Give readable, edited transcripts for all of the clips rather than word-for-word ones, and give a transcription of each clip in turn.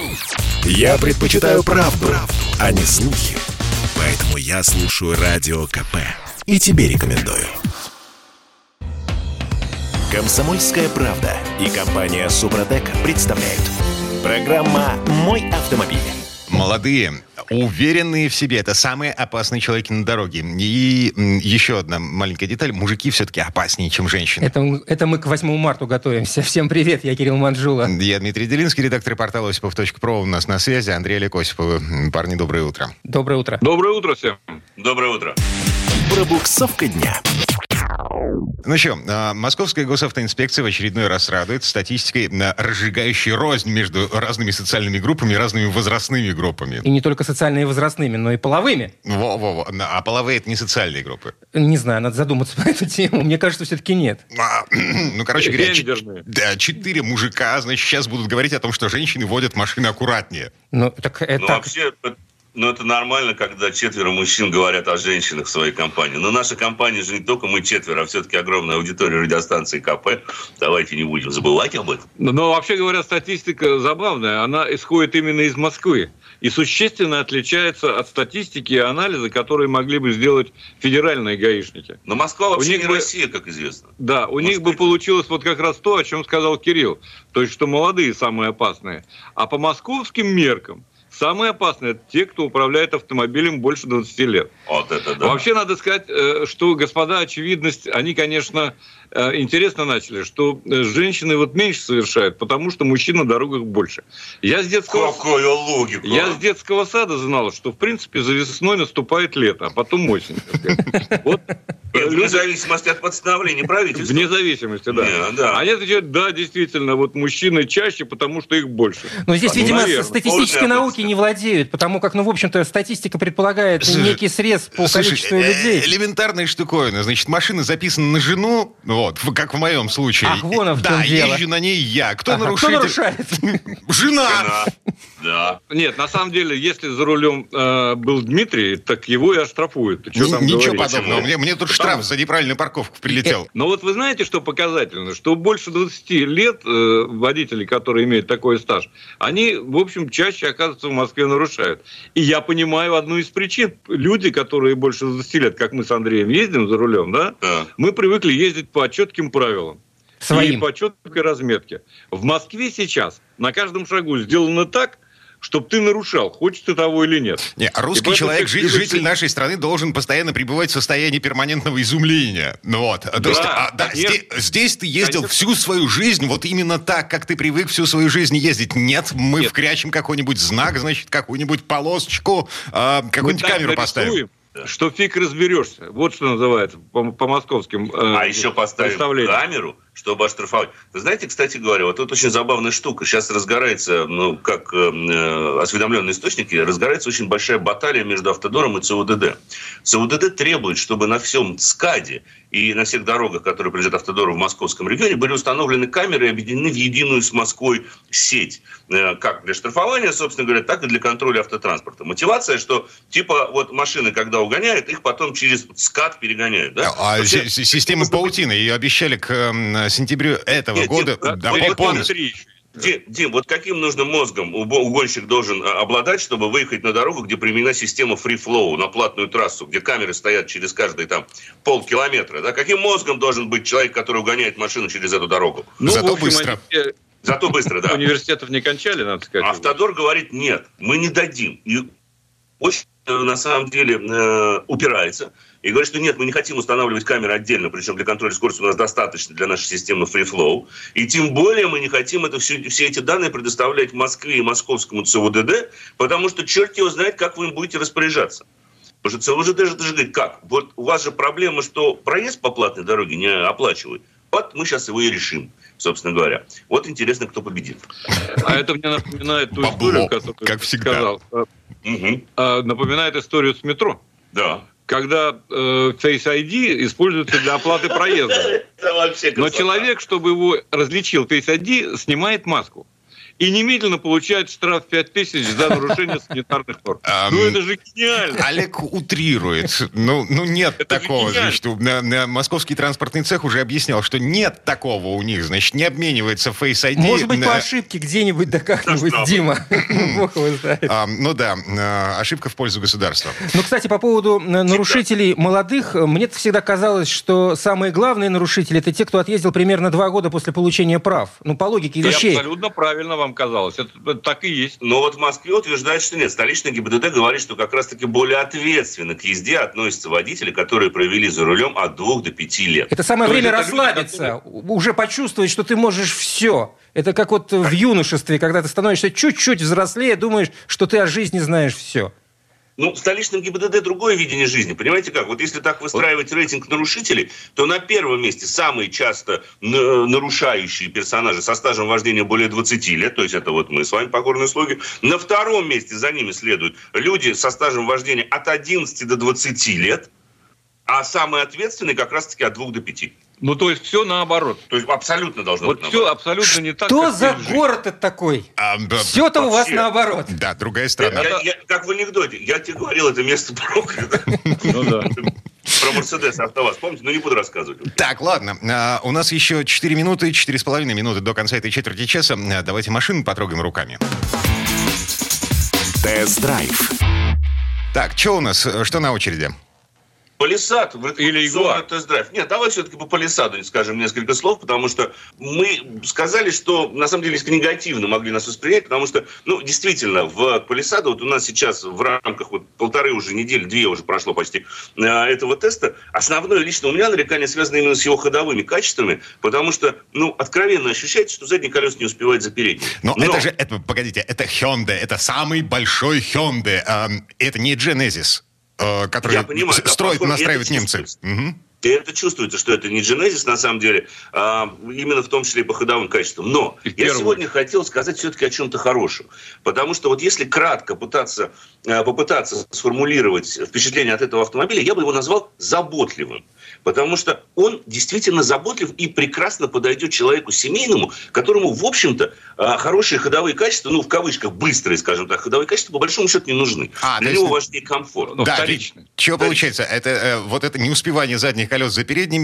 Я предпочитаю правду, а не слухи. Поэтому я слушаю Радио КП. И тебе рекомендую. «Комсомольская правда» и компания «Супротек» представляют. Программа «Мой автомобиль». Молодые, уверенные в себе. Это самые опасные человеки на дороге. И еще одна маленькая деталь. Мужики все-таки опаснее, чем женщины. Это мы к 8 марта готовимся. Всем привет, я Кирилл Манжула. Я Дмитрий Делинский, редактор портала Осипов.про. У нас на связи Андрей Олег Осипов. Парни, доброе утро. Доброе утро. Доброе утро всем. Доброе утро. Пробуксовка дня. Ну что, Московская госавтоинспекция в очередной раз радует статистикой, разжигающей рознь между разными социальными группами и разными возрастными группами. И не только социальными и возрастными, но и половыми. Во-во-во. А половые — это не социальные группы? Не знаю, надо задуматься по эту тему. Мне кажется, все-таки нет. Ну, короче говоря, 4 мужика, значит, сейчас будут говорить о том, что женщины водят машины аккуратнее. Ну, так это... Вообще... это нормально, когда 4 мужчин говорят о женщинах в своей компании. Но наша компания же не только мы 4, а все-таки огромная аудитория радиостанции КП. Давайте не будем забывать об этом. Но вообще говоря, статистика забавная. Она исходит именно из Москвы. И существенно отличается от статистики и анализа, которые могли бы сделать федеральные гаишники. Но Москва вообще не Россия, как известно. Да, у них бы получилось вот как раз то, о чем сказал Кирилл. То есть, что молодые самые опасные. А по московским меркам самые опасные — это те, кто управляет автомобилем больше 20 лет. Вот это да. Вообще, надо сказать, что, господа, очевидность, они, конечно, интересно начали, что женщины вот меньше совершают, потому что мужчин на дорогах больше. Какая логика! Я с детского сада знал, что, в принципе, за весной наступает лето, а потом осень. Вне зависимости от постановления правительства. Вне зависимости, да. Они отвечают, да, действительно, вот мужчины чаще, потому что их больше. Но здесь, видимо, статистические науки не владеют, потому как, в общем-то, статистика предполагает некий срез по количеству людей. Элементарная штуковина. Значит, машина записана на жену, вот, как в моем случае. Ах, вон в чем дело. Да, езжу на ней я. Кто нарушитель? Кто нарушает? Жена! Да. Нет, на самом деле, если за рулем был Дмитрий, так его и оштрафуют. Ничего подобного. Мне тут штраф за неправильную парковку прилетел. Но вот вы знаете, что показательно? Что больше 20 лет водители, которые имеют такой стаж, они, в общем, чаще, оказывается, в Москве нарушают. И я понимаю одну из причин. Люди, которые больше 20 лет, как мы с Андреем ездим за рулем, да. Мы привыкли ездить по четким правилам. Своим. И по четкой разметке. В Москве сейчас на каждом шагу сделано так, чтобы ты нарушал, хочешь ты того или нет. Русский человек, житель нашей страны, должен постоянно пребывать в состоянии перманентного изумления. Здесь ты ездил всю свою жизнь вот именно так, как ты привык всю свою жизнь ездить. Нет, мы вкрячем какой-нибудь знак, значит, какую-нибудь полосочку, какую-нибудь камеру поставим. Что фиг разберешься. Вот что называется по московским А еще поставим камеру, чтобы оштрафовать. Вы знаете, кстати говоря, вот тут очень забавная штука. Сейчас разгорается, как осведомленные источники, разгорается очень большая баталия между Автодором и ЦУДД. ЦУДД требует, чтобы на всем СКАДе и на всех дорогах, которые принадлежат Автодору в московском регионе, были установлены камеры и объединены в единую с Москвой сеть. Как для штрафования, собственно говоря, так и для контроля автотранспорта. Мотивация, что типа вот машины, когда угоняют, их потом через СКАД перегоняют. Да? Система паутины, ее обещали к сентябрю этого года полностью. Дим, вот каким нужным мозгом угонщик должен обладать, чтобы выехать на дорогу, где применена система free flow, на платную трассу, где камеры стоят через каждые полкилометра? Да? Каким мозгом должен быть человек, который угоняет машину через эту дорогу? Зато быстро. Зато быстро, да. Университетов не кончали, надо сказать. Автодор говорит, нет, мы не дадим. И очень, на самом деле, упирается. И говорит, что нет, мы не хотим устанавливать камеры отдельно, причем для контроля скорости у нас достаточно для нашей системы Free Flow. И тем более мы не хотим все эти данные предоставлять Москве и московскому ЦУДД, потому что черт его знает, как вы им будете распоряжаться. Потому что ЦУДД же даже говорит, как? Вот у вас же проблема, что проезд по платной дороге не оплачивают. Вот мы сейчас его и решим, собственно говоря. Вот интересно, кто победит. А это мне напоминает ту историю, которую как всегда. Сказал. Напоминает историю с метро. Да. Когда Face ID используется для оплаты проезда. Но человек, чтобы его различил Face ID, снимает маску. и немедленно получает штраф 5000 за нарушение санитарных норм. Это же гениально. Олег утрирует. Нет такого. Значит, московский транспортный цех уже объяснял, что нет такого у них. Значит, не обменивается Face ID. Может быть, по ошибке где-нибудь, да как-нибудь, Дима. Бог его знает. Ошибка в пользу государства. Кстати, по поводу нарушителей молодых, мне всегда казалось, что самые главные нарушители — это те, кто отъездил примерно 2 года после получения прав. По логике вещей. Абсолютно правильно вам казалось. Это так и есть. Но вот в Москве утверждают, что нет. Столичный ГИБДД говорит, что как раз-таки более ответственно к езде относятся водители, которые провели за рулем от 2 до 5 лет. Это самое время расслабиться, уже почувствовать, что ты можешь все. Это как вот в юношестве, когда ты становишься чуть-чуть взрослее, думаешь, что ты о жизни знаешь все. В столичном ГИБДД другое видение жизни. Понимаете как? Вот если так выстраивать рейтинг нарушителей, то на первом месте самые часто нарушающие персонажи со стажем вождения более 20 лет, то есть это вот мы с вами, покорные слуги. На втором месте за ними следуют люди со стажем вождения от 11 до 20 лет, а самые ответственные как раз-таки от 2 до 5. То есть все наоборот. То есть абсолютно должно быть наоборот. Все абсолютно не так. Что за город это такой? Все-то у вас наоборот. Да, другая страна. Как в анекдоте. Я тебе говорил, это место проклято. Про Мерседес, АвтоВАЗ. Помните? Не буду рассказывать. Так, ладно. У нас еще 4 минуты, 4,5 минуты до конца этой четверти часа. Давайте машину потрогаем руками. Тест-драйв. Так, что у нас? Что на очереди? Палисад или Ягуар? Тест-драйв. Нет, давай все-таки по Палисаду скажем несколько слов, потому что мы сказали, что на самом деле негативно могли нас воспринять, потому что, действительно, в Палисаду вот у нас сейчас в рамках 1,5 уже недели, 2 уже прошло почти этого теста, основное лично у меня нарекание связано именно с его ходовыми качествами, потому что, откровенно ощущается, что задние колеса не успевают за передние. Но погодите, это Hyundai, это самый большой Hyundai, это не Genesis, который настраивают немцы. И это чувствуется, что это не Genesis, на самом деле, именно в том числе и по ходовым качествам. Но я сегодня хотел сказать все-таки о чем-то хорошем. Потому что вот если кратко попытаться сформулировать впечатление от этого автомобиля, я бы его назвал заботливым. Потому что он действительно заботлив и прекрасно подойдет человеку семейному, которому, в общем-то, хорошие ходовые качества, в кавычках, быстрые, скажем так, ходовые качества, по большому счету, не нужны. Для него важнее комфорт. Что получается? Это неуспевание задних колес за передними,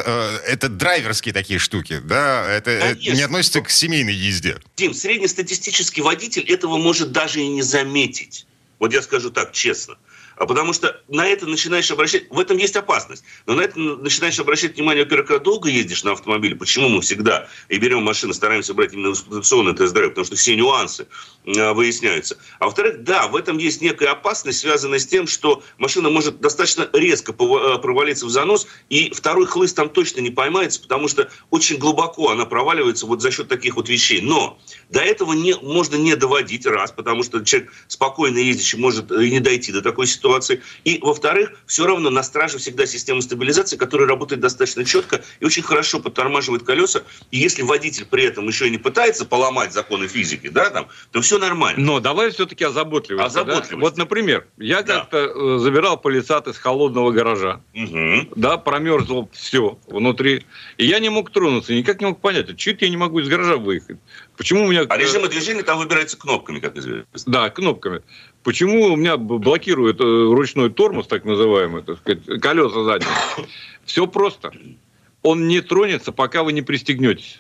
это драйверские такие штуки, да? Это не относится к семейной езде. Дим, среднестатистический водитель этого может даже и не заметить. Вот я скажу так, честно. Потому что на это начинаешь обращать... В этом есть опасность. Но на это начинаешь обращать внимание, во-первых, когда долго ездишь на автомобиле. Почему мы всегда и берем машины, стараемся брать именно эксплуатационный тест-драйв, потому что все нюансы выясняются. А во-вторых, да, в этом есть некая опасность, связанная с тем, что машина может достаточно резко провалиться в занос, и второй хлыст там точно не поймается, потому что очень глубоко она проваливается вот за счет таких вот вещей. Но до этого можно не доводить, раз, потому что человек спокойно ездящий может и не дойти до такой ситуации. И, во-вторых, все равно на страже всегда система стабилизации, которая работает достаточно четко и очень хорошо подтормаживает колеса. И если водитель при этом еще и не пытается поломать законы физики, то все нормально. Но давай все-таки о заботливости. Вот, например, я как-то забирал Палисад из холодного гаража. Промерзло все внутри. И я не мог тронуться, никак не мог понять, что я не могу из гаража выехать. Почему у меня... А режим движения там выбирается кнопками, как известно. Да, кнопками. Почему у меня блокирует ручной тормоз, так называемый, так сказать, колеса задние? Все просто. Он не тронется, пока вы не пристегнетесь.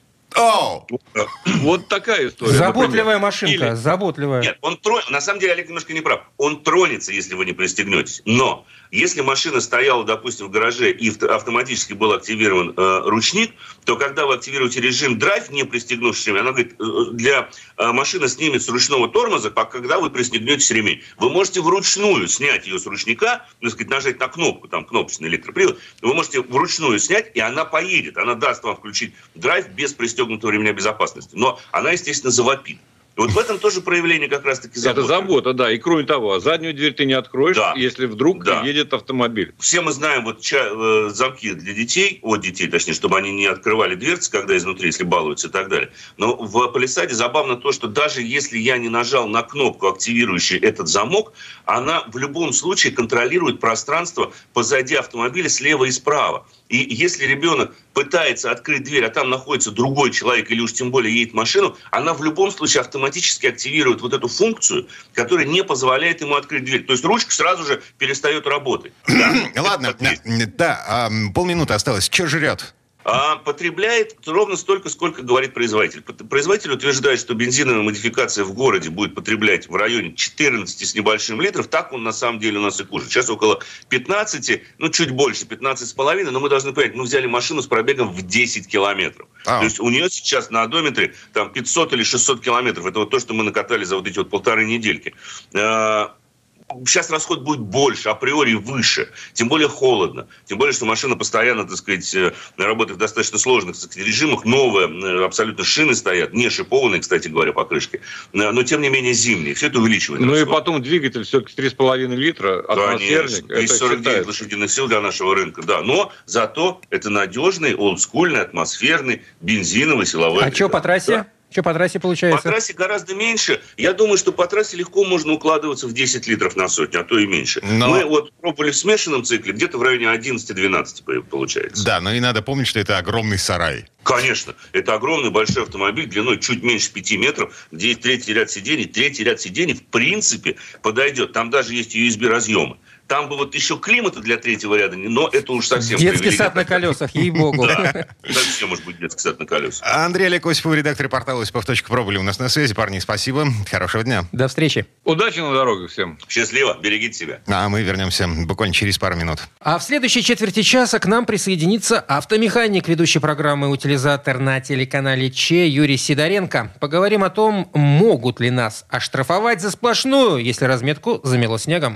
Вот такая история. Заботливая машинка, заботливая. Нет, на самом деле Олег немножко не прав. Он тронется, если вы не пристегнетесь. Но если машина стояла, допустим, в гараже и автоматически был активирован ручник, то когда вы активируете режим драйв, не пристегнувшись ремень, она говорит, для машины снимет с ручного тормоза, когда вы пристегнетесь ремень. Вы можете вручную снять ее с ручника, нажать на кнопку, там кнопочный электропривод, вы можете вручную снять, и она поедет. Она даст вам включить драйв без пристегнутого ремня безопасности. Но она, естественно, завопит. И вот в этом тоже проявление как раз-таки заботы. Это забота, да. И кроме того, заднюю дверь ты не откроешь, если вдруг едет автомобиль. Все мы знаем замки для детей, от детей, точнее, чтобы они не открывали дверцы, когда изнутри, если балуются и так далее. Но в Палисаде забавно то, что даже если я не нажал на кнопку, активирующую этот замок, она в любом случае контролирует пространство позади автомобиля слева и справа. И если ребенок пытается открыть дверь, а там находится другой человек или уж тем более едет в машину, она в любом случае автоматически активирует вот эту функцию, которая не позволяет ему открыть дверь. То есть ручка сразу же перестает работать. Ладно, полминуты осталось. Что жрет? Потребляет ровно столько, сколько говорит производитель. Производитель утверждает, что бензиновая модификация в городе будет потреблять в районе 14 с небольшим литров. Так он на самом деле у нас и кушает. Сейчас около 15, чуть больше, 15,5. Но мы должны понять, мы взяли машину с пробегом в 10 километров. То есть у нее сейчас на одометре там 500 или 600 километров. Это вот то, что мы накатали за вот эти вот 1,5 недельки. Сейчас расход будет больше, априори выше. Тем более холодно. Тем более, что машина постоянно, так сказать, работает в достаточно сложных, так сказать, режимах. Новые абсолютно шины стоят. Не шипованные, кстати говоря, покрышки. Но, тем не менее, зимние. Все это увеличивает расход. И потом двигатель все-таки 3,5 литра. Атмосферник. Конечно. 249 лошадиных сил для нашего рынка. Да. Но зато это надежный, олдскульный, атмосферный, бензиновый силовой. А что по трассе? Да. Что по трассе получается? По трассе гораздо меньше. Я думаю, что по трассе легко можно укладываться в 10 литров на сотню, а то и меньше. Мы вот пробовали в смешанном цикле, где-то в районе 11-12 получается. Да, но и надо помнить, что это огромный сарай. Конечно. Это огромный большой автомобиль длиной чуть меньше 5 метров, где есть третий ряд сидений. Третий ряд сидений, в принципе, подойдет. Там даже есть USB-разъемы. Там бы вот еще климата для третьего ряда, но это уж совсем... Детский сад на колесах, ей-богу. Да, совсем может быть детский сад на колесах. Андрей Олег Осипов, редактор портала осипов.про были у нас на связи. Парни, спасибо. Хорошего дня. До встречи. Удачи на дорогах всем. Счастливо. Берегите себя. А мы вернемся буквально через пару минут. А в следующей четверти часа к нам присоединится автомеханик, ведущий программы «Утилизатор» на телеканале ЧЕ Юрий Сидоренко. Поговорим о том, могут ли нас оштрафовать за сплошную, если разметку замело снегом.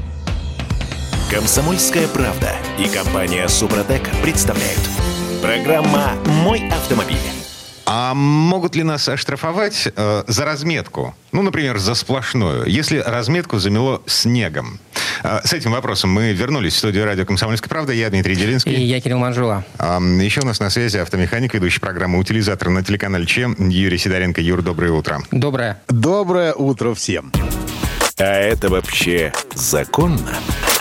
«Комсомольская правда» и компания «Супротек» представляют. Программа «Мой автомобиль». А могут ли нас оштрафовать за разметку? Например, за сплошную, если разметку замело снегом. С этим вопросом мы вернулись в студию радио «Комсомольская правда». Я Дмитрий Делинский. И я Кирилл Манжула. Еще у нас на связи автомеханик, ведущий программы «Утилизатор» на телеканале ЧЕ Юрий Сидоренко. Юр, доброе утро. Доброе. Доброе утро всем. А это вообще законно?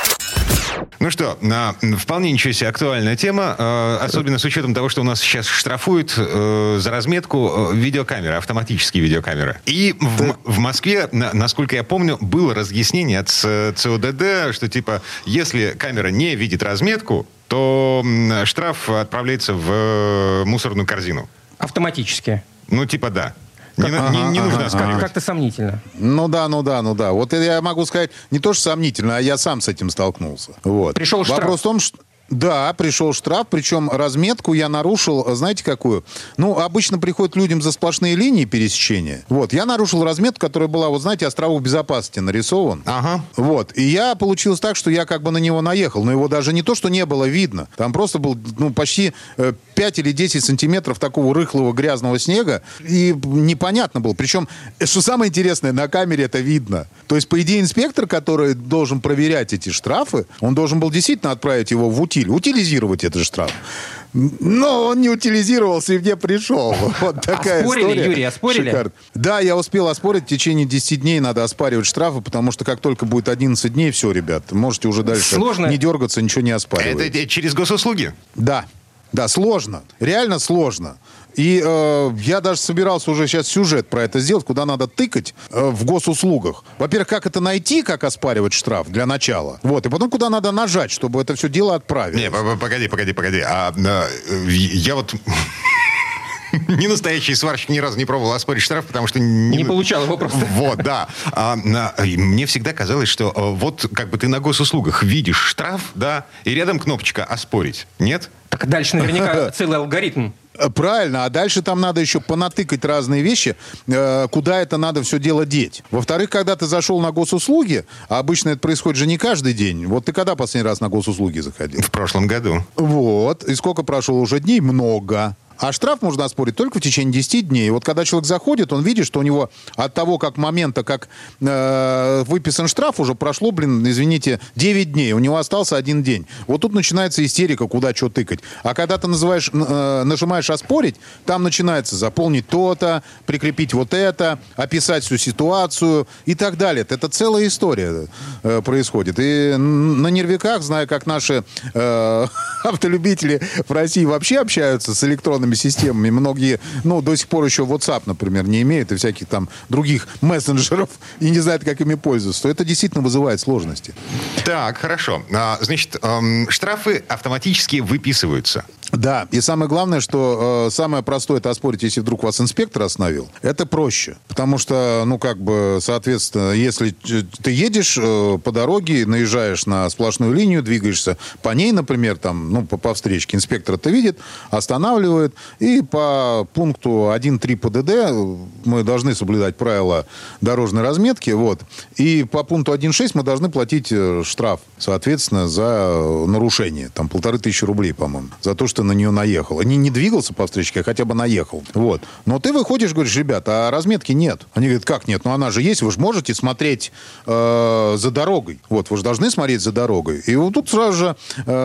Ну что, вполне ничего себе актуальная тема, особенно с учетом того, что у нас сейчас штрафуют за разметку видеокамеры, автоматические видеокамеры. И в Москве, насколько я помню, было разъяснение от ЦОДД, что типа, если камера не видит разметку, то штраф отправляется в мусорную корзину. Автоматически? Типа да. Не нужно оспаривать. Как-то сомнительно. Ну да. Вот это я могу сказать не то, что сомнительно, а я сам с этим столкнулся. Вот. Пришел штраф. Вопрос в том, что... Да, пришел штраф, причем разметку я нарушил, знаете, какую? Обычно приходят людям за сплошные линии пересечения. Вот, я нарушил разметку, которая была, вот знаете, островок безопасности нарисован. Ага. Вот, и я получилось так, что я как бы на него наехал, но его даже не то, что не было видно. Там просто был, почти 5 или 10 сантиметров такого рыхлого грязного снега, и непонятно было. Причем, что самое интересное, на камере это видно. То есть, по идее, инспектор, который должен проверять эти штрафы, он должен был действительно отправить его в утилизировать этот штраф. Но он не утилизировался и мне пришел. Вот такая оспорили, история. Юрий, оспорили? Шикарно. Да, я успел оспорить. В течение 10 дней надо оспаривать штрафы, потому что как только будет 11 дней, все, ребят, можете уже дальше не дергаться, ничего не оспаривать. Это через госуслуги? Да, сложно. Реально сложно. И я даже собирался уже сейчас сюжет про это сделать, куда надо тыкать в госуслугах. Во-первых, как это найти, как оспаривать штраф для начала. Вот. И потом, куда надо нажать, чтобы это все дело отправить. Не, погоди. Я вот... Не настоящий сварщик, ни разу не пробовал оспорить штраф, потому что... Не получал его просто. Вот, да. Мне всегда казалось, что вот как бы ты на госуслугах видишь штраф, да, и рядом кнопочка «Оспорить». Нет? Так дальше наверняка целый алгоритм. Правильно, а дальше там надо еще понатыкать разные вещи, куда это надо все дело деть. Во-вторых, когда ты зашел на госуслуги, а обычно это происходит же не каждый день. Вот ты когда последний раз на госуслуги заходил? В прошлом году. Вот. И сколько прошло уже дней? Много. А штраф можно оспорить только в течение 10 дней. И вот когда человек заходит, он видит, что у него от того, как момента, как выписан штраф, уже прошло, извините, 9 дней. У него остался 1 день. Вот тут начинается истерика, куда что тыкать. А когда ты нажимаешь «оспорить», там начинается заполнить то-то, прикрепить вот это, описать всю ситуацию и так далее. Это целая история происходит. И на нервиках, зная, как наши автолюбители в России вообще общаются с электронными системами. Многие, до сих пор еще WhatsApp, например, не имеют и всяких там других мессенджеров и не знают, как ими пользоваться. То это действительно вызывает сложности. Так, хорошо. Значит, штрафы автоматически выписываются. Да, и самое главное, что самое простое — это оспорить, если вдруг вас инспектор остановил. Это проще, потому что, соответственно, если ты едешь по дороге, наезжаешь на сплошную линию, двигаешься по ней, например, по встречке, инспектор это видит, останавливает, и по пункту 1.3 ПДД мы должны соблюдать правила дорожной разметки, и по пункту 1.6 мы должны платить штраф, соответственно, за нарушение, 1500 рублей, по-моему, за то, что на нее наехал. Не двигался по встречке, а хотя бы наехал. Но ты выходишь, говоришь: ребята, а разметки нет. Они говорят: как нет? Она же есть, вы же можете смотреть за дорогой. Вы же должны смотреть за дорогой. И вот тут сразу же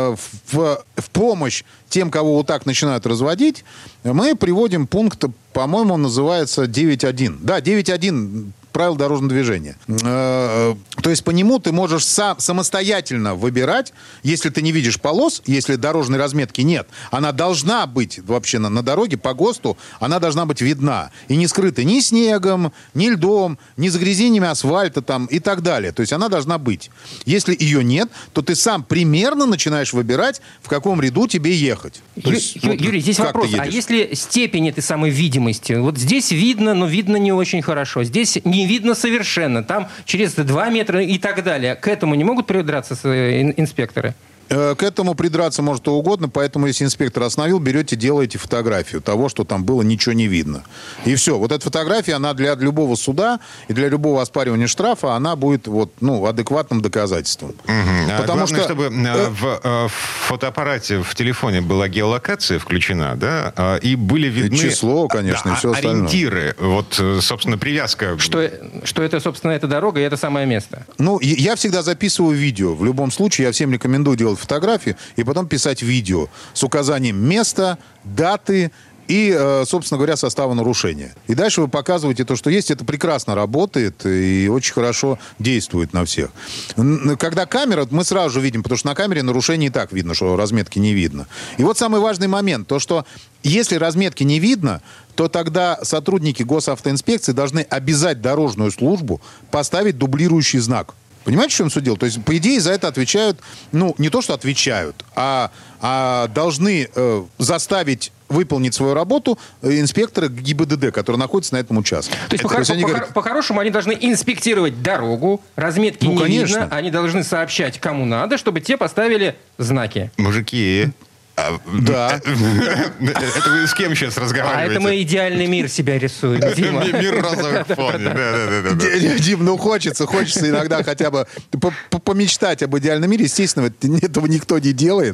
в помощь тем, кого вот так начинают разводить, мы приводим пункт, по-моему, он называется 9.1. Да, 9.1 правил дорожного движения. То есть по нему ты можешь самостоятельно выбирать, если ты не видишь полос, если дорожной разметки нет, она должна быть вообще на дороге, по ГОСТу, она должна быть видна. И не скрыта ни снегом, ни льдом, ни загрязнениями асфальта и так далее. То есть она должна быть. Если ее нет, то ты сам примерно начинаешь выбирать, в каком ряду тебе ехать. Юрий, здесь вопрос. А если степень этой самой видимости? Вот здесь видно, но видно не очень хорошо. Здесь не видно совершенно. Там через 2 метра и так далее. К этому не могут придраться инспекторы? К этому придраться может кто угодно, поэтому, если инспектор остановил, берете, делаете фотографию того, что там было, ничего не видно. И все. Вот эта фотография, она для любого суда и для любого оспаривания штрафа, она будет адекватным доказательством. Потому главное, чтобы в фотоаппарате в телефоне была геолокация включена, да, и были видны... число, конечно, и все остальное. Ориентиры, собственно, привязка... Что это, собственно, эта дорога и это самое место? Я всегда записываю видео. В любом случае, я всем рекомендую делать фотографии и потом писать видео с указанием места, даты и, собственно говоря, состава нарушения. И дальше вы показываете то, что есть. Это прекрасно работает и очень хорошо действует на всех. Когда камера, мы сразу же видим, потому что на камере нарушение и так видно, что разметки не видно. И вот самый важный момент, то, что если разметки не видно, то тогда сотрудники госавтоинспекции должны обязать дорожную службу поставить дублирующий знак. Понимаете, в чем суть дела? То есть, по идее, за это отвечают, не то, что отвечают, а должны заставить выполнить свою работу инспекторы ГИБДД, которые находятся на этом участке. То есть, по-хорошему, они должны инспектировать дорогу, разметки не видно, они должны сообщать, кому надо, чтобы те поставили знаки. Мужики... Да. Это вы с кем сейчас разговариваете? А это мы идеальный мир себя рисуем, Дима. Мир розовых пони. Дим, хочется иногда хотя бы помечтать об идеальном мире. Естественно, этого никто не делает.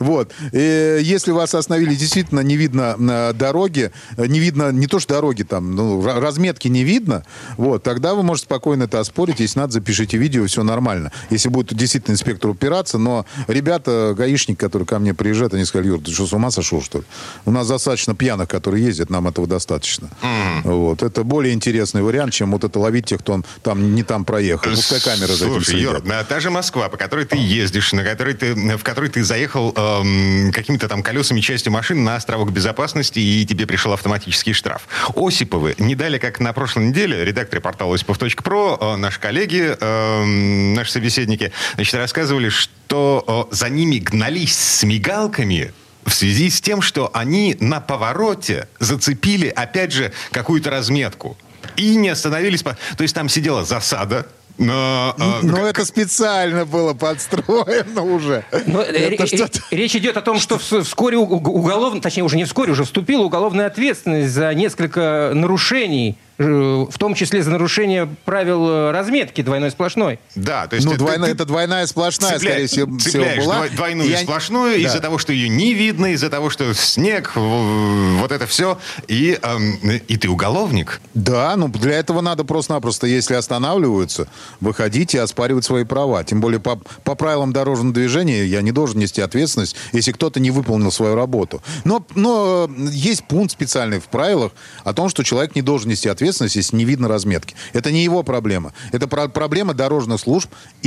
И если вас остановили, действительно не видно дороги, не видно не то что дороги, разметки не видно, тогда вы можете спокойно это оспорить. Если надо, запишите видео, все нормально. Если будет действительно инспектор упираться, но ребята, гаишники, которые ко мне приезжают, они сказали: Юр, ты что, с ума сошел, что ли? У нас достаточно пьяных, которые ездят, нам этого достаточно. Это более интересный вариант, чем это ловить тех, кто не там проехал. Пускай камера за этим следит. Юр, та же Москва, по которой ты ездишь, в которой ты заехал какими-то колесами, частью машины на островок безопасности, и тебе пришел автоматический штраф. Осиповы не дали, как на прошлой неделе, редакторы портала осипов.про, наши коллеги, наши собеседники, рассказывали, что за ними гнались с мигалками в связи с тем, что они на повороте зацепили, опять же, какую-то разметку. И не остановились. То есть там сидела засада. Но это специально было подстроено уже. Речь идет о том, что вскоре точнее уже не вскоре, уже вступила уголовная ответственность за несколько нарушений в том числе за нарушение правил разметки двойной сплошной. Да, то есть это двойная сплошная, скорее всего, была. Двойную сплошную из-за того, что ее не видно, из-за того, что снег, вот это все. И ты уголовник. Да, для этого надо просто-напросто, если останавливаются, выходить и оспаривать свои права. Тем более по правилам дорожного движения я не должен нести ответственность, если кто-то не выполнил свою работу. Но есть пункт специальный в правилах о том, что человек не должен нести ответственность, если не видно разметки. Это не его проблема. Это проблема дорожных служб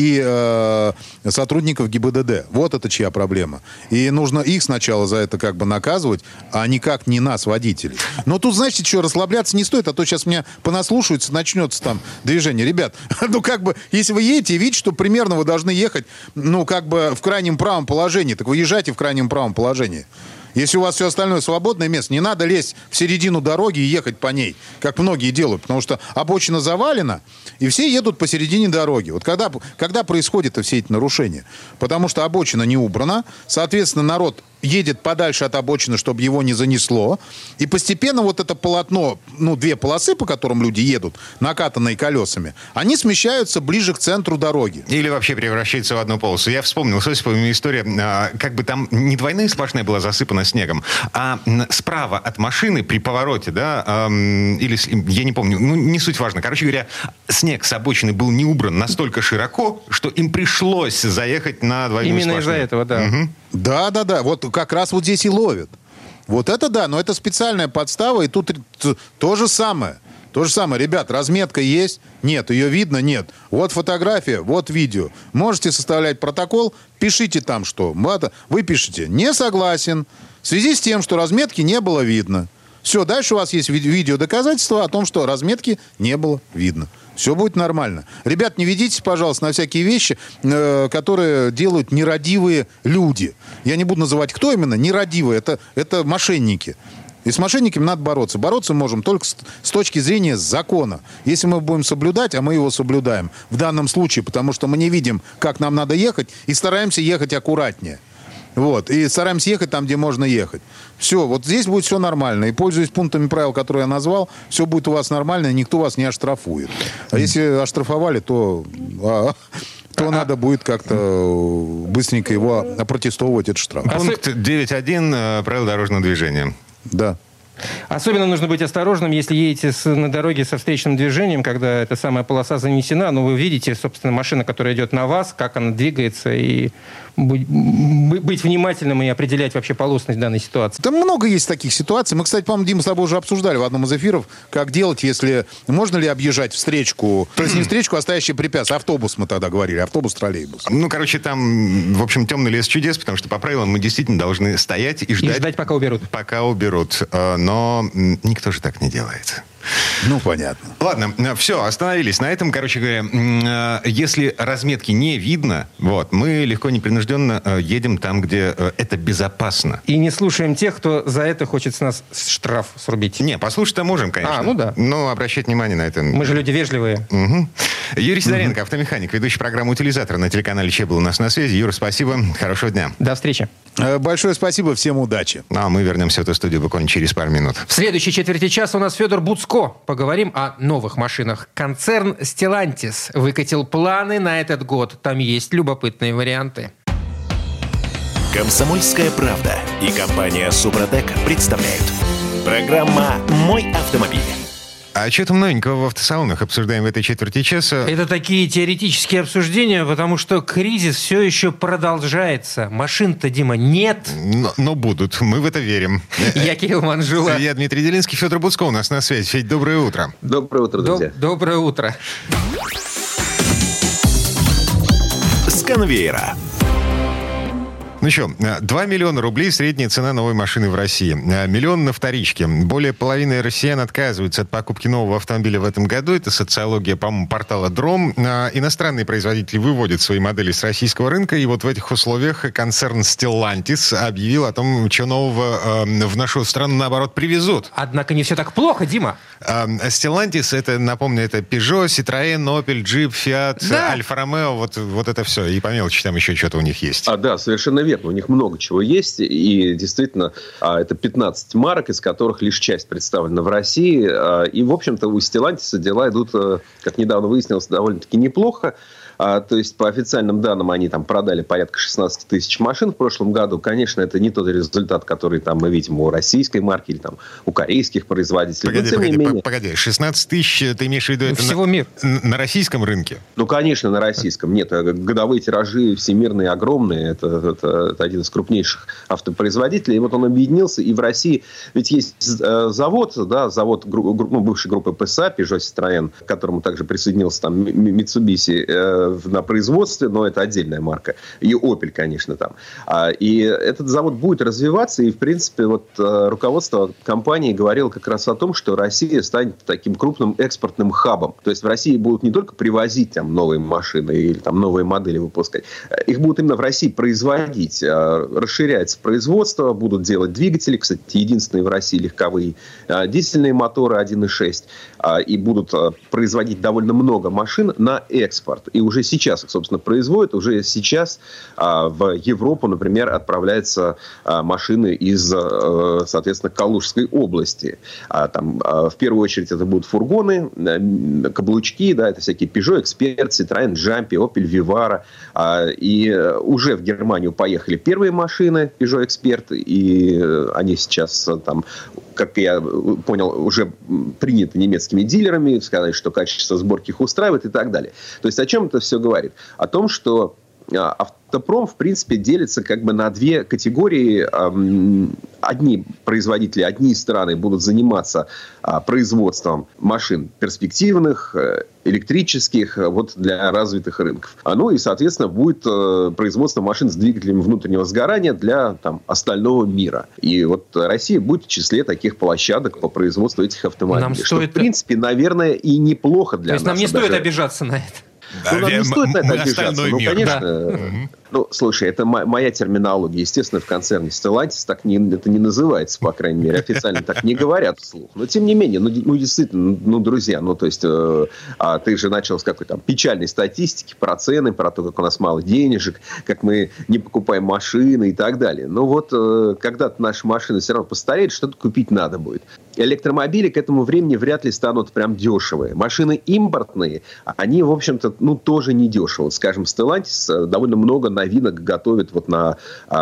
и сотрудников ГИБДД. Вот это чья проблема. И нужно их сначала за это как бы наказывать, а никак не нас, водителей. Но тут, знаете, что, расслабляться не стоит, а то сейчас меня понаслушаются, начнется там движение. Ребят, если вы едете и видите, что примерно вы должны ехать, в крайнем правом положении, так вы езжайте в крайнем правом положении. Если у вас все остальное свободное место, не надо лезть в середину дороги и ехать по ней, как многие делают, потому что обочина завалена, и все едут посередине дороги. Вот когда происходят все эти нарушения? Потому что обочина не убрана, соответственно, народ едет подальше от обочины, чтобы его не занесло, и постепенно вот это полотно, две полосы, по которым люди едут, накатанные колесами, они смещаются ближе к центру дороги. Или вообще превращаются в одну полосу. Я вспомнил с Осиповым историю, там не двойная сплошная была засыпана снегом, а справа от машины при повороте, или, я не помню, не суть важно. Короче говоря, снег с обочины был не убран настолько широко, что им пришлось заехать на двойную сплошную. Именно из-за этого, да. Угу. Да. Вот как раз вот здесь и ловят. Вот это да, но это специальная подстава, и тут то же самое. То же самое, ребят, разметка есть? Нет. Ее видно? Нет. Вот фотография, вот видео. Можете составлять протокол, пишите там что. Вы пишете «не согласен» в связи с тем, что разметки не было видно. Все, дальше у вас есть видеодоказательства о том, что разметки не было видно. Все будет нормально. Ребят, не ведитесь, пожалуйста, на всякие вещи, которые делают нерадивые люди. Я не буду называть, кто именно. Нерадивые. Это мошенники. И с мошенниками надо бороться. Бороться можем только с точки зрения закона. Если мы будем соблюдать, а мы его соблюдаем в данном случае, потому что мы не видим, как нам надо ехать, и стараемся ехать аккуратнее. И стараемся ехать там, где можно ехать. Все, вот здесь будет все нормально. И пользуясь пунктами правил, которые я назвал, все будет у вас нормально, и никто вас не оштрафует. А если оштрафовали, то надо будет как-то быстренько его опротестовывать, этот штраф. Пункт 9.1 правил дорожного движения. Да. Особенно нужно быть осторожным, если едете на дороге со встречным движением, когда эта самая полоса занесена, но вы видите, собственно, машина, которая идет на вас, как она двигается, и быть внимательным и определять вообще полосность данной ситуации. Там много есть таких ситуаций. Мы, кстати, по-моему, Дима, с тобой уже обсуждали в одном из эфиров, как делать, если... Можно ли объезжать встречку, то есть не встречку, а стоящее препятствие. Автобус мы тогда говорили, автобус-троллейбус. Там, в общем, темный лес чудес, потому что по правилам мы действительно должны стоять и ждать... И ждать, пока уберут. Пока уберут. Но никто же так не делает. Понятно. Ладно, все, остановились на этом. Короче говоря, если разметки не видно, мы легко, непринужденно едем там, где это безопасно. И не слушаем тех, кто за это хочет с нас штраф срубить. Не, послушать-то можем, конечно. Да. Но обращать внимание на это... Мы же люди вежливые. Угу. Юрий Сидоренко, автомеханик, ведущий программы «Утилизатор» на телеканале ЧЕ был у нас на связи. Юра, спасибо. Хорошего дня. До встречи. Большое спасибо, всем удачи. А мы вернемся в эту студию буквально через пару минут. В следующей четверти часа у нас Федор Буцко. Поговорим о новых машинах. Концерн Stellantis выкатил планы на этот год. Там есть любопытные варианты. «Комсомольская правда» и компания «Супротек» представляют. Программа «Мой автомобиль». А что там новенького в автосалонах обсуждаем в этой четверти часа? Это такие теоретические обсуждения, потому что кризис все еще продолжается. Машин-то, Дима, нет. Но будут. Мы в это верим. Я Кирилл Манжула. Я Дмитрий Делинский. Федор Буцко у нас на связи. Федь, доброе утро. Доброе утро, друзья. Доброе утро. С конвейера. 2 миллиона рублей средняя цена новой машины в России. Миллион на вторичке. Более половины россиян отказываются от покупки нового автомобиля в этом году. Это социология, по-моему, портала Дром. Иностранные производители выводят свои модели с российского рынка. И в этих условиях концерн Stellantis объявил о том, что нового в нашу страну, наоборот, привезут. Однако не все так плохо, Дима. Stellantis, это, напомню, это Peugeot, Citroën, Opel, Jeep, Fiat, да. Альфа Ромео. Вот это все. И по мелочи там еще что-то у них есть. Да, совершенно верно. нет, у них много чего есть, и действительно это 15 марок, из которых лишь часть представлена в России. И, в общем-то, у Stellantis дела идут, как недавно выяснилось, довольно-таки неплохо. То есть, по официальным данным, они там продали порядка 16 тысяч машин в прошлом году. Конечно, это не тот результат, который там мы видим у российской марки или там у корейских производителей. Погоди, 16 тысяч, ты имеешь в виду это всего мира? На российском рынке? Ну, конечно, на российском. Нет, годовые тиражи всемирные, огромные. Это один из крупнейших автопроизводителей. И вот он объединился, и в России ведь есть завод, бывшей группы PSA, Peugeot Citroën, к которому также присоединился там Mitsubishi на производстве, но это отдельная марка. И Opel, конечно, там. И этот завод будет развиваться, и, в принципе, вот руководство компании говорило как раз о том, что Россия станет таким крупным экспортным хабом. То есть в России будут не только привозить там новые машины или там новые модели выпускать, их будут именно в России производить. Расширяется производство, будут делать двигатели, кстати, единственные в России легковые дизельные моторы 1.6, и будут производить довольно много машин на экспорт. И уже сейчас их, собственно, производят. Уже сейчас в Европу, например, отправляются машины из, соответственно, Калужской области. Там, в первую очередь, это будут фургоны, каблучки, да, это всякие Peugeot, Expert, Citroën, Jumpy, Opel Vivaro. И уже в Германию поехали первые машины Peugeot Expert, и они сейчас там, как я понял, уже приняты немецкими дилерами, сказали, что качество сборки их устраивает и так далее. То есть о чем это все говорит? О том, что автопром, в принципе, делится как бы на две категории. Одни производители, одни страны будут заниматься производством машин перспективных, электрических, вот для развитых рынков. Ну и, соответственно, будет производство машин с двигателями внутреннего сгорания для там остального мира. И вот Россия будет в числе таких площадок по производству этих автомобилей. Что, в принципе, наверное, и неплохо для нас. То есть нам не стоит обижаться на это? Да, нам не стоит на это обижаться. Мир. Конечно. Да. Ну, слушай, это моя терминология. Естественно, в концерне Stellantis это не называется, по крайней мере, официально так не говорят вслух. Но, тем не менее, действительно, друзья, то есть, ты же начал с какой-то печальной статистики про цены, про то, как у нас мало денежек, как мы не покупаем машины и так далее. Но вот, когда-то наши машины все равно постареют, что-то купить надо будет. Электромобили к этому времени вряд ли станут прям дешевые. Машины импортные, они, в общем-то, тоже не дешево. Скажем, Stellantis довольно много новинок готовит вот на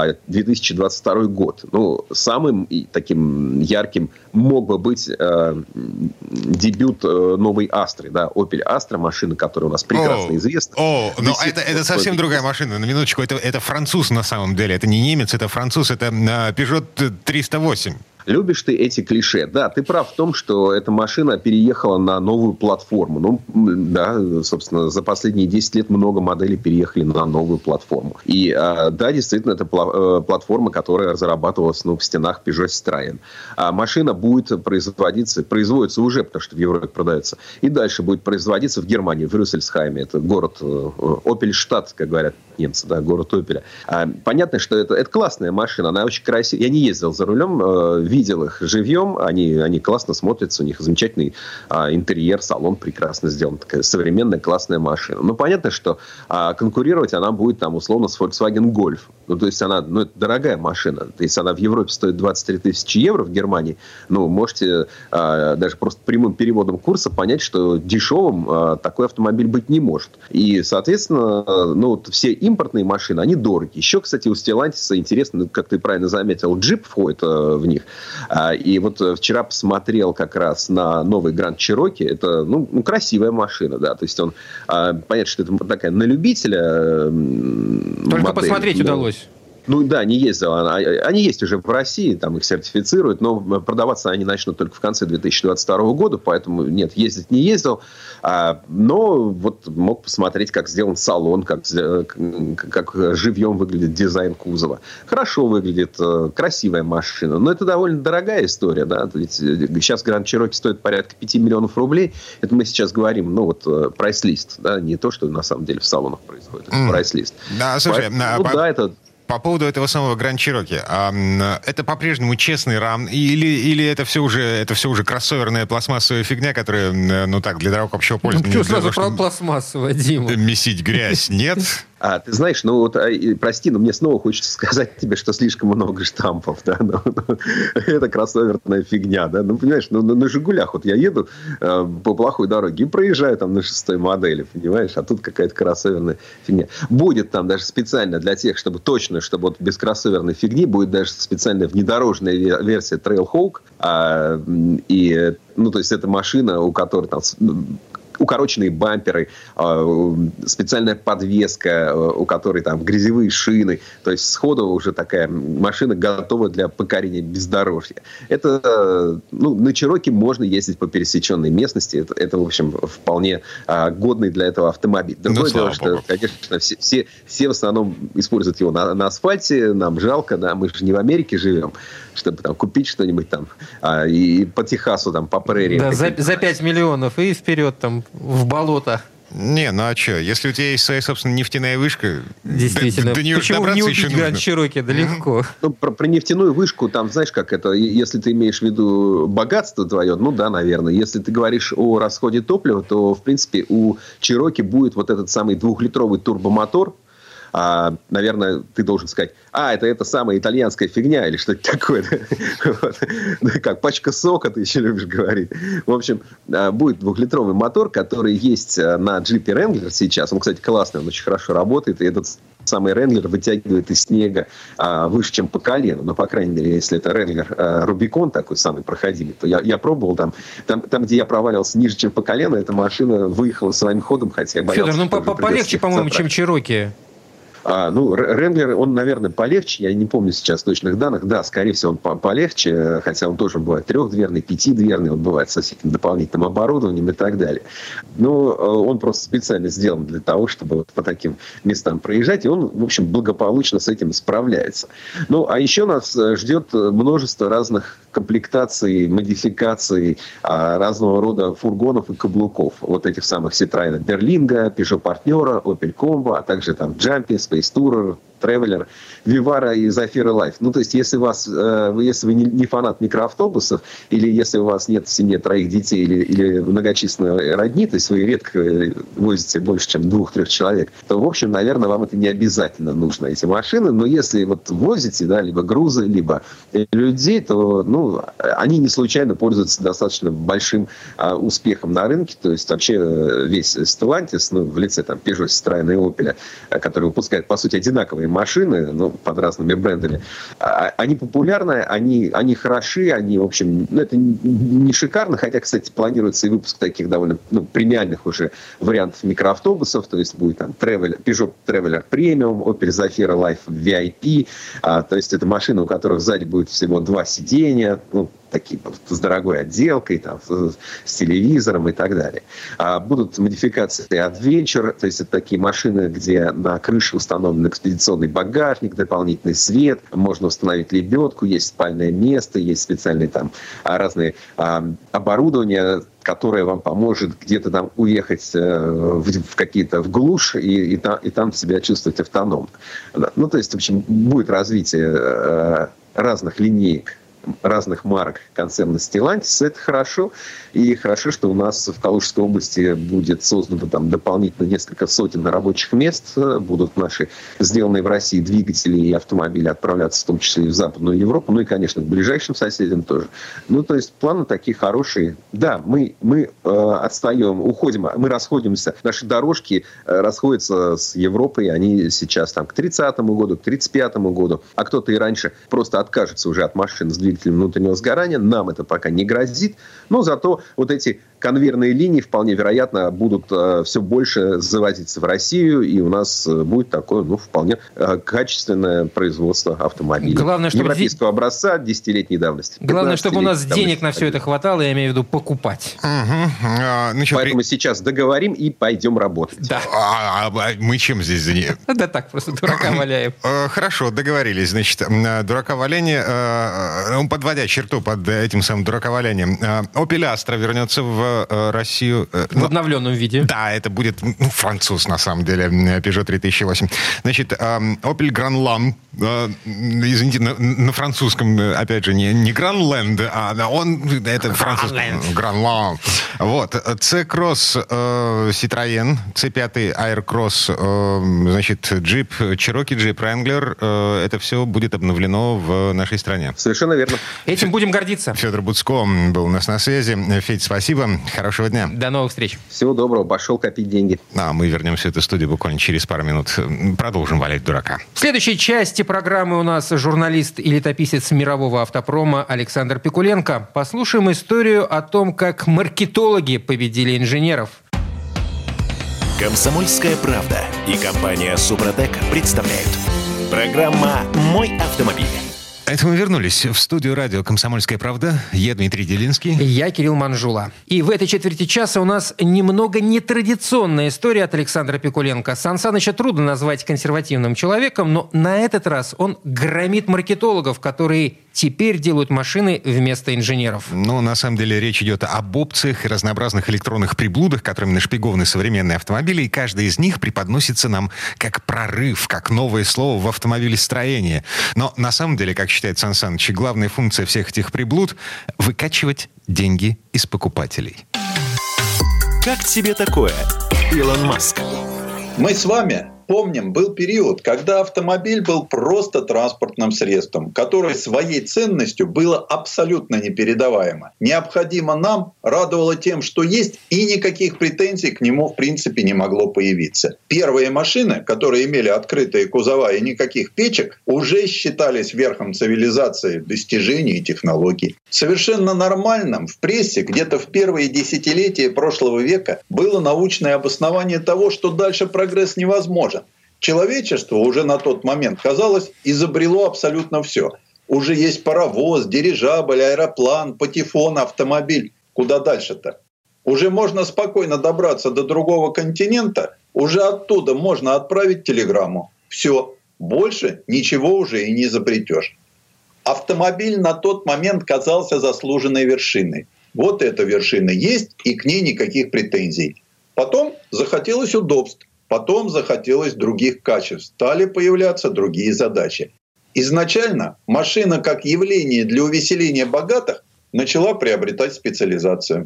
2022 год. Самым таким ярким мог бы быть дебют новой Астры, да, Opel Astra, машина, которая у нас прекрасно известна. Но это совсем другая машина. На минуточку, это француз на самом деле. Это не немец, это француз, это Peugeot 308. Любишь ты эти клише? Да, ты прав в том, что эта машина переехала на новую платформу. Да, собственно, за последние 10 лет много моделей переехали на новую платформу. И да, действительно, это платформа, которая разрабатывалась в стенах Peugeot Citroën. Машина будет производится уже, потому что в Европе продается, и дальше будет производиться в Германии, в Рюссельсхайме. Это город Опельштадт, как говорят немцы, да, город Опеля. Понятно, что это классная машина, она очень красивая. Я не ездил за рулем, видел их живьем, они классно смотрятся, у них замечательный интерьер, салон прекрасно сделан, такая современная классная машина. Но понятно, что конкурировать она будет там условно с Volkswagen Golf. То есть она, это дорогая машина. Если она в Европе стоит 23 тысячи евро, в Германии, можете даже просто прямым переводом курса понять, что дешевым такой автомобиль быть не может. И, соответственно, все импортные машины, они дорогие. Еще, кстати, у Stellantis интересно, как ты правильно заметил, джип входит в них. И вот вчера посмотрел как раз на новый Grand Cherokee. Это, красивая машина, да. То есть он, понятно, что это такая на любителя Только модель, посмотреть удалось. Да, не ездил. Они есть уже в России, там их сертифицируют, но продаваться они начнут только в конце 2022 года, поэтому нет, ездить не ездил. Но вот мог посмотреть, как сделан салон, как живьем выглядит дизайн кузова. Хорошо выглядит, красивая машина, но это довольно дорогая история, да. Ведь сейчас Grand Cherokee стоит порядка 5 миллионов рублей. Это мы сейчас говорим, прайс-лист, да, не то, что на самом деле в салонах происходит, это прайс-лист. Да, слушай, это... По поводу этого самого Grand Cherokee, это по-прежнему честный рам или это все уже кроссоверная пластмассовая фигня, которая, для дорог общего пользования... Почему сразу про пластмассовое, Дима? Месить грязь, нет? Ты знаешь, прости, но мне снова хочется сказать тебе, что слишком много штампов, да, это кроссоверная фигня, да, понимаешь, на «Жигулях» вот я еду по плохой дороге и проезжаю там на 6-й модели, понимаешь, а тут какая-то кроссоверная фигня. Будет там даже специально для тех, чтобы вот без кроссоверной фигни, будет даже специальная внедорожная версия Trailhawk, то есть это машина, у которой там укороченные бамперы, специальная подвеска, у которой там грязевые шины. То есть сходу уже такая машина готова для покорения бездорожья. Это, на Чироки можно ездить по пересеченной местности. Это в общем, вполне годный для этого автомобиль. Другое дело, что, конечно, все в основном используют его на асфальте. Нам жалко, да, мы же не в Америке живем, чтобы там купить что-нибудь там и по Техасу, там, по прерии. Да, за 5 миллионов и вперед там в болото. Не, а что? Если у тебя есть своя собственная нефтяная вышка, действительно. До нее почему не убить Гранд Чироки? Да легко. Про нефтяную вышку, там, знаешь, как это, если ты имеешь в виду богатство твое, да, наверное. Если ты говоришь о расходе топлива, то, в принципе, у Чироки будет вот этот самый 2-литровый турбомотор. Наверное, ты должен сказать, это самая итальянская фигня или что-то такое. Как пачка сока, ты еще любишь говорить. В общем, будет 2-литровый мотор, который есть на джипе Wrangler сейчас. Он, кстати, классный, он очень хорошо работает. И этот самый Wrangler вытягивает из снега выше, чем по колено. Но, по крайней мере, если это Wrangler Rubicon такой самый проходимый, то я пробовал там, где я провалился ниже, чем по колено, эта машина выехала своим ходом, хотя я боялся... Федор, полегче, по-моему, чем Чироки. Ренглер, он, наверное, полегче. Я не помню сейчас точных данных. Да, скорее всего, он полегче, хотя он тоже бывает 3-дверный, 5-дверный, он бывает со всяким дополнительным оборудованием и так далее. Но он просто специально сделан для того, чтобы вот по таким местам проезжать, и он, в общем, благополучно с этим справляется. А еще нас ждет множество разных комплектаций, модификаций разного рода фургонов и каблуков. Вот этих самых Citroёn Berlingo, Peugeot Partnera, Opel Combo, а также там Jumpy, Space Tourer, Traveler, Vivaro и Zafira Life. То есть, если вы не фанат микроавтобусов, или если у вас нет в семье 3 детей или многочисленной родни, то есть вы редко возите больше, чем 2-3 человек, то, в общем, наверное, вам это не обязательно нужно, эти машины. Но если вот возите, да, либо грузы, либо людей, то, они не случайно пользуются достаточно большим успехом на рынке. То есть, вообще весь Stellantis, в лице там Peugeot, Citroёn и Opel, которые выпускают, по сути, одинаковые машины, под разными брендами, они популярны, они хороши, они, в общем, это не шикарно, хотя, кстати, планируется и выпуск таких довольно премиальных уже вариантов микроавтобусов, то есть будет там Peugeot Traveler Premium, Opel Zafira Life VIP, то есть это машины, у которых сзади будет всего 2 сиденья, такие с дорогой отделкой, там, с телевизором и так далее. Будут модификации Adventure, то есть это такие машины, где на крыше установлен экспедиционный багажник, дополнительный свет, можно установить лебедку, есть спальное место, есть специальные там разные оборудования, которое вам поможет где-то там уехать в глушь и там себя чувствовать автономно. То есть, в общем, будет развитие разных линеек, разных марок концерна Stellantis. Это хорошо. И хорошо, что у нас в Калужской области будет создано там дополнительно несколько сотен рабочих мест. Будут наши сделанные в России двигатели и автомобили отправляться в том числе и в Западную Европу. И, конечно, к ближайшим соседям тоже. То есть планы такие хорошие. Да, мы отстаем, уходим, мы расходимся. Наши дорожки расходятся с Европой. Они сейчас там к 30-му году, к 35-му году. А кто-то и раньше просто откажется уже от машин с двигателем внутреннего сгорания. Нам это пока не грозит. Но зато вот эти конвейерные линии вполне вероятно будут все больше завозиться в Россию, и у нас будет такое, вполне качественное производство автомобилей. Главное, чтобы европейского образца 10-летней давности. Главное, чтобы у нас денег на все это хватало, я имею в виду покупать. Поэтому сейчас договорим и пойдем работать. Да. Мы чем здесь занимаемся? Да так, просто дурака валяем. Хорошо, договорились. Значит, дурака валяние. подводя черту под этим самым дураковалянием, Opel Astra вернется в Россию. В обновленном виде. Да, это будет француз, на самом деле, Peugeot 3008. Значит, Opel Grandland, извините, на французском, опять же, не Grandland, а это французский. Grandland. Вот. C-Cross Citroën, C5 Aircross, значит, Jeep Cherokee, Jeep Wrangler, это все будет обновлено в нашей стране. Совершенно верно. Этим будем гордиться. Федор Буцко был у нас на связи. Федь, спасибо. Хорошего дня. До новых встреч. Всего доброго. Пошел копить деньги. А мы вернемся в эту студию буквально через пару минут. Продолжим валять дурака. В следующей части программы у нас журналист и летописец мирового автопрома Александр Пикуленко. Послушаем историю о том, как маркетологи победили инженеров. «Комсомольская правда» и компания «Супротек» представляют. Программа «Мой автомобиль». Это мы вернулись в студию радио «Комсомольская правда». Я Дмитрий Делинский. Я Кирилл Манжула. И в этой четверти часа у нас немного нетрадиционная история от Александра Пикуленко. Сан Саныча трудно назвать консервативным человеком, но на этот раз он громит маркетологов, которые теперь делают машины вместо инженеров. Ну, на самом деле, речь идет об опциях и разнообразных электронных приблудах, которыми нашпигованы современные автомобили, и каждый из них преподносится нам как прорыв, как новое слово в автомобилестроении. Но на самом деле, как считает Сан Саныч, главная функция всех этих приблуд — выкачивать деньги из покупателей. Как тебе такое, Илон Маск? Мы с вами помним, был период, когда автомобиль был просто транспортным средством, которое своей ценностью было абсолютно непередаваемо. Необходимо нам, радовало тем, что есть, и никаких претензий к нему в принципе не могло появиться. Первые машины, которые имели открытые кузова и никаких печек, уже считались верхом цивилизации, достижений и технологий. Совершенно нормальным в прессе где-то в первые десятилетия прошлого века было научное обоснование того, что дальше прогресс невозможен. Человечество уже на тот момент, казалось, изобрело абсолютно все. Уже есть паровоз, дирижабль, аэроплан, патефон, автомобиль. Куда дальше-то? Уже можно спокойно добраться до другого континента, уже оттуда можно отправить телеграмму. Все, больше ничего уже и не изобретешь. Автомобиль на тот момент казался заслуженной вершиной. Вот эта вершина есть, и к ней никаких претензий. Потом захотелось удобств. Потом захотелось других качеств. Стали появляться другие задачи. Изначально машина как явление для увеселения богатых начала приобретать специализацию.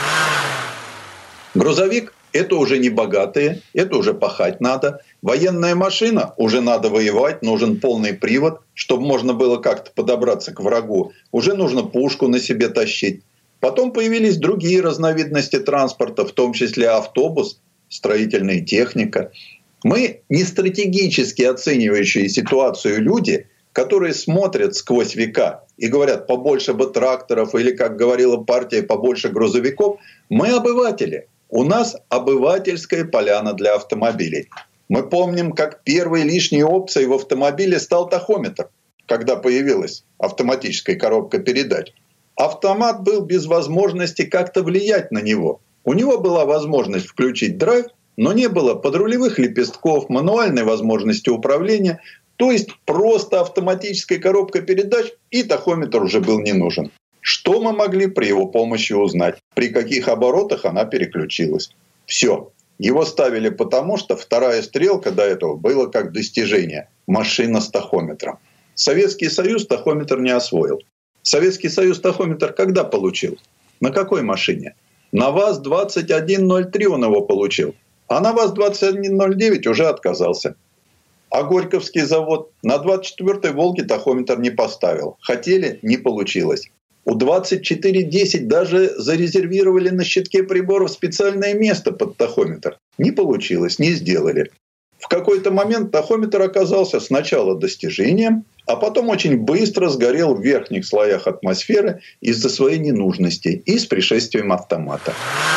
Грузовик — это уже не богатые, это уже пахать надо. Военная машина — уже надо воевать, нужен полный привод, чтобы можно было как-то подобраться к врагу. Уже нужно пушку на себе тащить. Потом появились другие разновидности транспорта, в том числе автобус, строительная техника. Мы не стратегически оценивающие ситуацию люди, которые смотрят сквозь века и говорят, побольше бы тракторов или, как говорила партия, побольше грузовиков. Мы обыватели. У нас обывательская поляна для автомобилей. Мы помним, как первой лишней опцией в автомобиле стал тахометр, когда появилась автоматическая коробка передач. Автомат был без возможности как-то влиять на него. У него была возможность включить драйв, но не было подрулевых лепестков, мануальной возможности управления. То есть просто автоматическая коробка передач, и тахометр уже был не нужен. Что мы могли при его помощи узнать? При каких оборотах она переключилась? Все. Его ставили потому, что вторая стрелка до этого была как достижение. Машина с тахометром. Советский Союз тахометр не освоил. Советский Союз тахометр когда получил? На какой машине? На ВАЗ-2103 он его получил, а на ВАЗ-2109 уже отказался. А Горьковский завод на 24-й «Волге» тахометр не поставил. Хотели — не получилось. У 2410 даже зарезервировали на щитке приборов специальное место под тахометр. Не получилось, не сделали. В какой-то момент тахометр оказался сначала достижением, а потом очень быстро сгорел в верхних слоях атмосферы из-за своей ненужности и с пришествием автомата.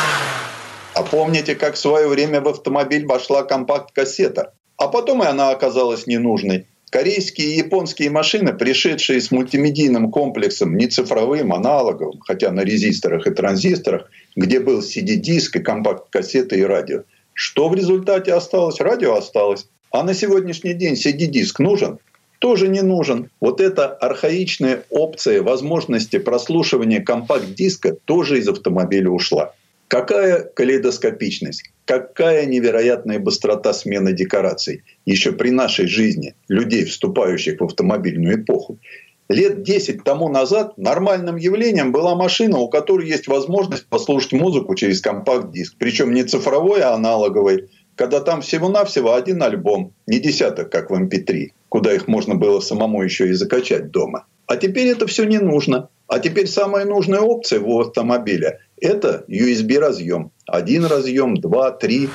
А помните, как в свое время в автомобиль вошла компакт-кассета? А потом и она оказалась ненужной. Корейские и японские машины, пришедшие с мультимедийным комплексом, не цифровым, аналоговым, хотя на резисторах и транзисторах, где был CD-диск и компакт-кассета и радио. Что в результате осталось? Радио осталось. А на сегодняшний день CD-диск нужен? тоже не нужен. Вот эта архаичная опция возможности прослушивания компакт-диска тоже из автомобиля ушла. Какая калейдоскопичность, какая невероятная быстрота смены декораций еще при нашей жизни людей, вступающих в автомобильную эпоху. Лет 10 тому назад нормальным явлением была машина, у которой есть возможность послушать музыку через компакт-диск. Причем не цифровой, а аналоговый. Когда там всего-навсего один альбом, не десяток, как в MP3, куда их можно было самому еще и закачать дома. А теперь это все не нужно. А теперь самая нужная опция у автомобиля – это USB-разъем. 1 разъем, 2, 3.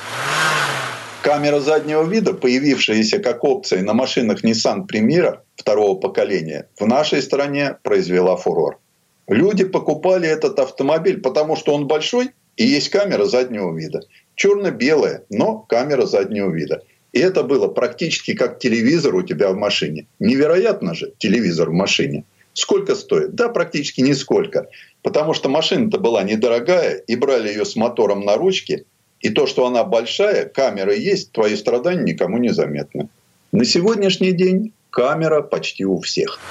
Камера заднего вида, появившаяся как опция на машинах Nissan Primera второго поколения, в нашей стране произвела фурор. Люди покупали этот автомобиль, потому что он большой и есть камера заднего вида. Черно-белая, но камера заднего вида. И это было практически как телевизор у тебя в машине. Невероятно же телевизор в машине. Сколько стоит? Да, практически нисколько. Потому что машина-то была недорогая, и брали ее с мотором на ручке. И то, что она большая, камера есть, твои страдания никому не заметны. На сегодняшний день камера почти у всех.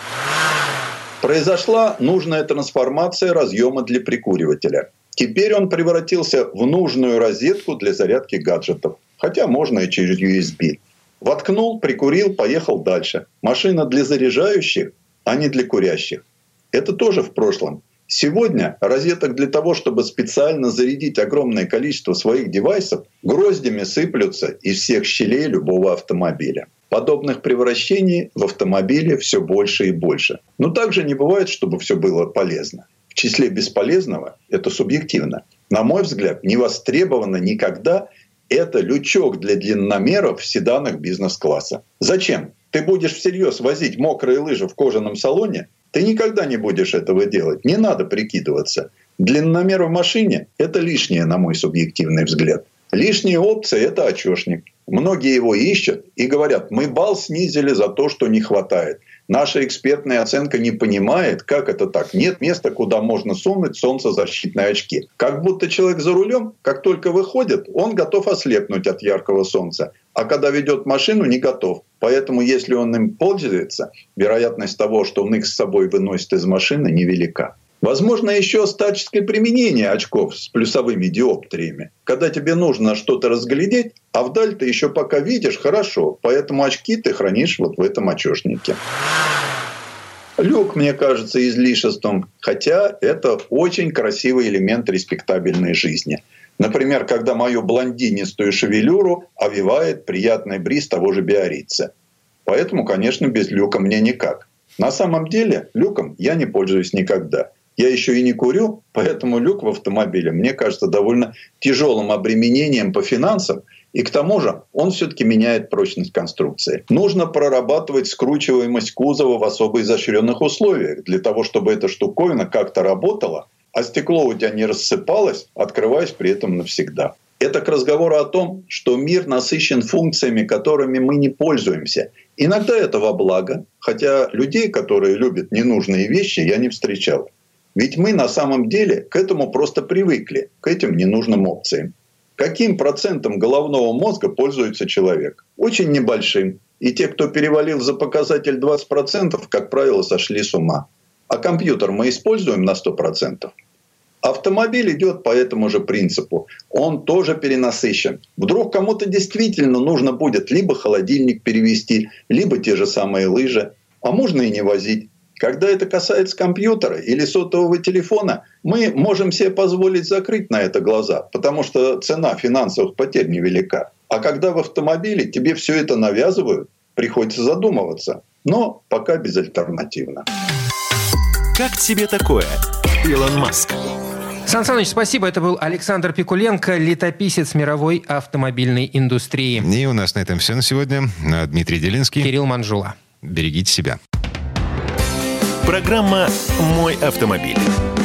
Произошла нужная трансформация разъема для прикуривателя. Теперь он превратился в нужную розетку для зарядки гаджетов. Хотя можно и через USB. Воткнул, прикурил, поехал дальше. Машина для заряжающих, а не для курящих. Это тоже в прошлом. Сегодня розеток для того, чтобы специально зарядить огромное количество своих девайсов, гроздями сыплются из всех щелей любого автомобиля. Подобных превращений в автомобиле все больше и больше. Но также не бывает, чтобы все было полезно. В числе бесполезного, это субъективно, на мой взгляд, не востребовано никогда это лючок для длинномеров в седанах бизнес-класса. Зачем? Ты будешь всерьез возить мокрые лыжи в кожаном салоне? Ты никогда не будешь этого делать. Не надо прикидываться. Длинномер в машине – это лишнее, на мой субъективный взгляд. Лишняя опция – это очёшник. Многие его ищут и говорят, мы балл снизили за то, что не хватает. Наша экспертная оценка не понимает, как это так. Нет места, куда можно сунуть солнцезащитные очки. Как будто человек за рулем, как только выходит, он готов ослепнуть от яркого солнца. А когда ведет машину, не готов. Поэтому, если он им пользуется, вероятность того, что он их с собой выносит из машины, невелика. Возможно, еще статическое применение очков с плюсовыми диоптриями. Когда тебе нужно что-то разглядеть, а вдаль ты еще пока видишь хорошо. Поэтому очки ты хранишь вот в этом очёшнике. Люк, мне кажется, излишеством. Хотя это очень красивый элемент респектабельной жизни. Например, когда мою блондинистую шевелюру овивает приятный бриз того же Биаррица. Поэтому, конечно, без люка мне никак. На самом деле люком я не пользуюсь никогда. Я еще и не курю, поэтому люк в автомобиле, мне кажется, довольно тяжелым обременением по финансам. И к тому же он все-таки меняет прочность конструкции. Нужно прорабатывать скручиваемость кузова в особо изощренных условиях, для того, чтобы эта штуковина как-то работала, а стекло у тебя не рассыпалось, открываясь при этом навсегда. Это к разговору о том, что мир насыщен функциями, которыми мы не пользуемся. Иногда это во благо, хотя людей, которые любят ненужные вещи, я не встречал. Ведь мы на самом деле к этому просто привыкли, к этим ненужным опциям. Каким процентом головного мозга пользуется человек? Очень небольшим. И те, кто перевалил за показатель 20%, как правило, сошли с ума. А компьютер мы используем на 100%. Автомобиль идет по этому же принципу. Он тоже перенасыщен. Вдруг кому-то действительно нужно будет либо холодильник перевести, либо те же самые лыжи. А можно и не возить. Когда это касается компьютера или сотового телефона, мы можем себе позволить закрыть на это глаза, потому что цена финансовых потерь невелика. А когда в автомобиле тебе все это навязывают, приходится задумываться. Но пока безальтернативно. Как тебе такое, Илон Маск? Сан Саныч, спасибо. Это был Александр Пикуленко, летописец мировой автомобильной индустрии. И у нас на этом все на сегодня. Дмитрий Делинский. Кирилл Манжула. Берегите себя. Программа «Мой автомобиль».